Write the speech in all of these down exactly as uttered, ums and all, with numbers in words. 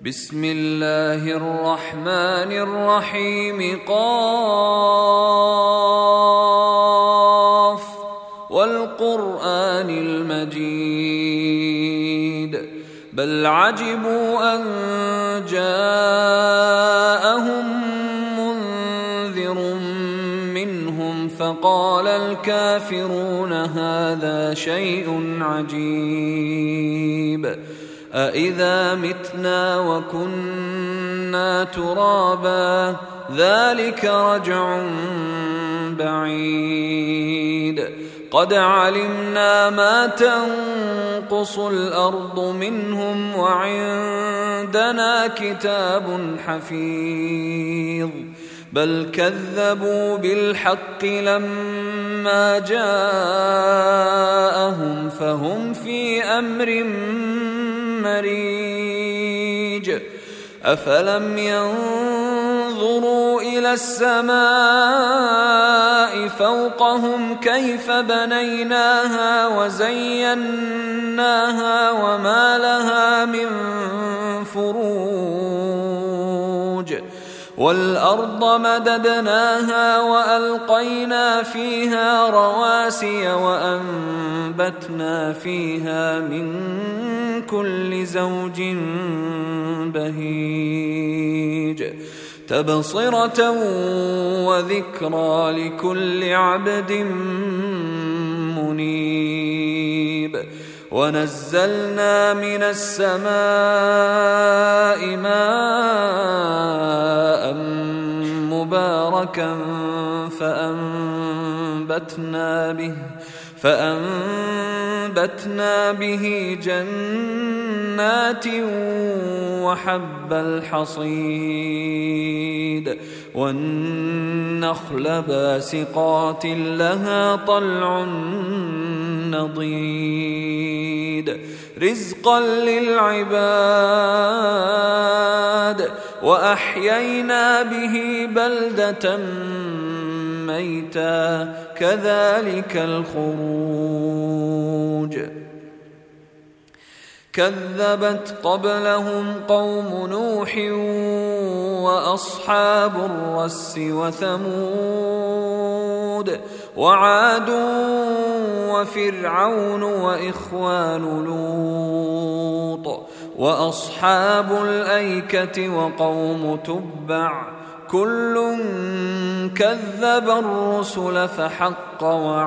بسم الله الرحمن الرحيم. قاف والقرآن المجيد بل عجبوا أن جاءهم منذر منهم فقال الكافرون هذا شيء عجيب أإذا متنا وكنا ترابا ذلك رجع بعيد قد علمنا ما تنقص الأرض منهم وعندنا كتاب حفيظ بل كذبوا بالحق لما جاءهم فهم في أمر مريج أفلم ينظروا إلى السماء فوقهم كيف بنيناها وزيناها وما لها من فروج والأرض مددناها وألقينا فيها رواسي وأنبتنا فيها من كل زوج بهيج تبصرة وذكرى لكل عبد منيب ونزلنا من السماء ماء مباركا فأنبتنا به فأنبتنا به جنات وحب الحصيد والنخل باسقات لها طلع نضيد رزقا للعباد وأحيينا به بلدة ميتا كذلك الخروج كذبت قبلهم قوم نوح وأصحاب الرس وثمود وعاد وفرعون وإخوان لوط وأصحاب الأيكة وقوم تبع كل كذب الرسل فحق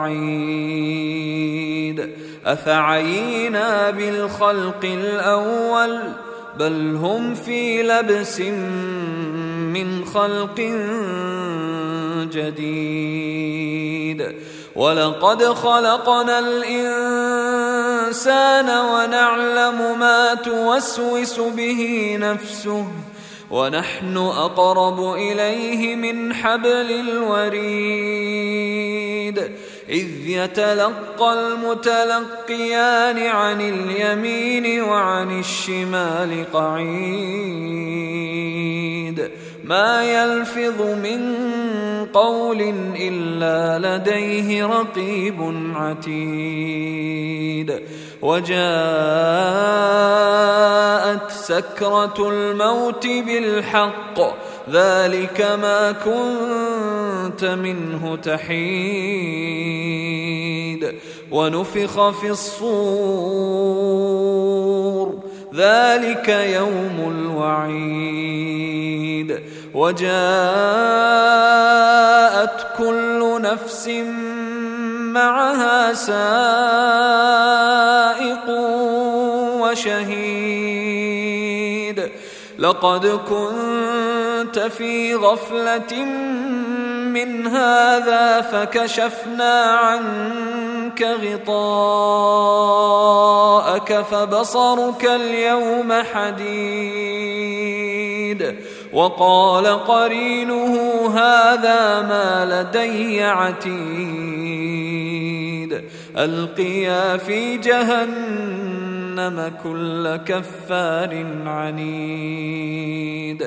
وعيد أفعينا بالخلق الأول بل هم في لبس من خلق جديد ولقد خلقنا الإنسان ونعلم ما توسوس به نفسه ونحن أقرب إليه من حبل الوريد إذ يتلقى المتلقيان عن اليمين وعن الشمال قعيد ما يلفظ من قول إلا لديه رقيب عتيد وجاءت سكرة الموت بالحق ذلك ما كنت منه تحيد ونفخ في الصور ذلك يوم الوعيد وجاءت كل نفس معها سائق وشهيد لقد كنت في غفلة من هذا فكشفنا عنك غطاءك فبصرك اليوم حديد وقال قرينه هذا ما لدي عتيد ألقيا في جهنم كل كفار عنيد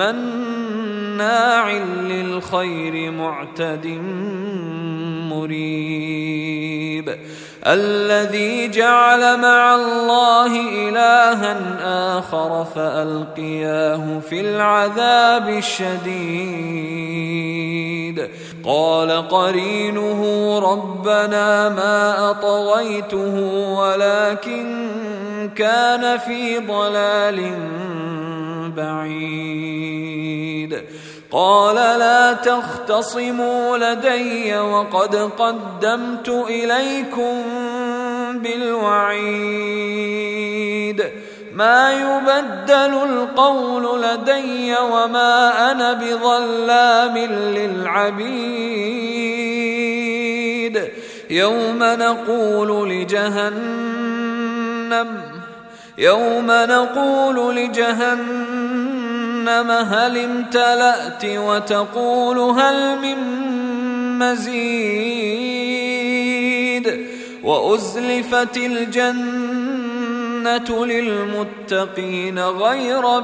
مناع للخير معتد مريب الذي جعل مع الله إلها آخر فألقياه في العذاب الشديد قال قرينه ربنا ما أطغيته ولكن كان في ضلال بعيد قال لا تختصموا لدي وقد قدمت إليكم بالوعيد ما يبدل القول لدي وما أنا بظلام للعبيد يوم نقول لجهنم يوم نقول لجهنم هل امتلأت وتقول هل من مزيد وأزلفت الجنة للمتقين غير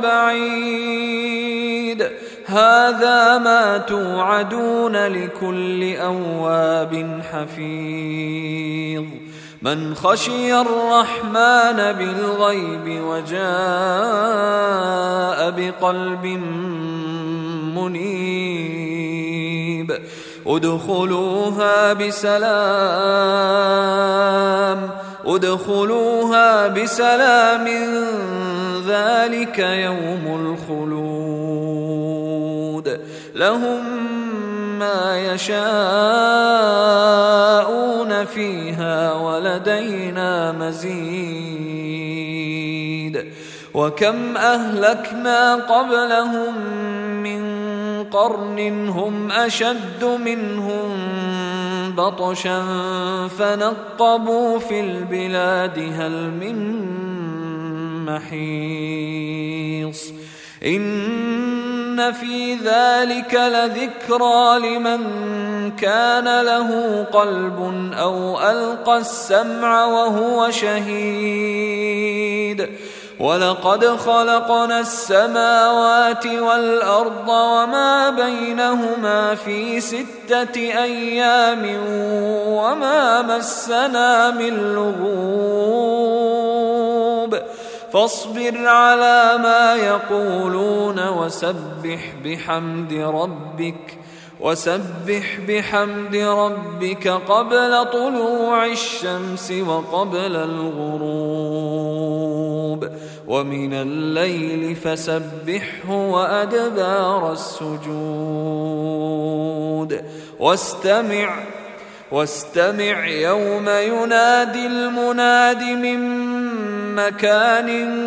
بعيد هذا ما توعدون لكل أواب حفيظ من خشي الرحمن بالغيب وجاء بقلب منيب ادخلوها بسلام ادخلوها بسلام ذلك يوم الخلود لهم ما يشاءون فيها ولدينا مزيد وكم أهلكنا قبلهم من قرن هم أشد منهم بطشا فنقبوا في البلاد هل من محيص إن في ذلك لذكرى لمن كان له قلب أو ألقى السمع وهو شهيد ولقد خلقنا السماوات والأرض وما بينهما في ستة أيام وما مسنا من لغوب فاصبر على ما يقولون وسبح بحمد ربك وسبح بحمد ربك قبل طلوع الشمس وقبل الغروب ومن الليل فسبحه وأدبار السجود واستمع واستمع يوم ينادي المناد من مكان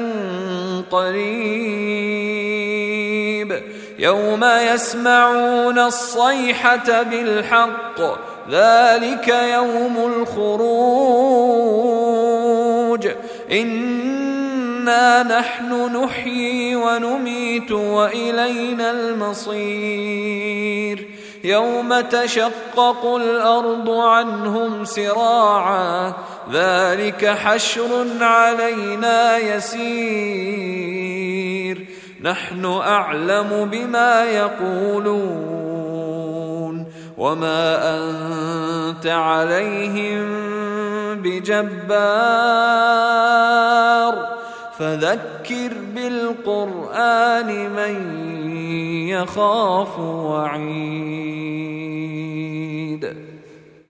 قريب يوم يسمعون الصيحة بالحق ذلك يوم الخروج إنا نحن نحيي ونميت وإلينا المصير يوم تشقق الأرض عنهم سراعا ذلك حشر علينا يسير نحن أعلم بما يقولون وما أنت عليهم بجبار فذكر بالقرآن من يخاف وعيد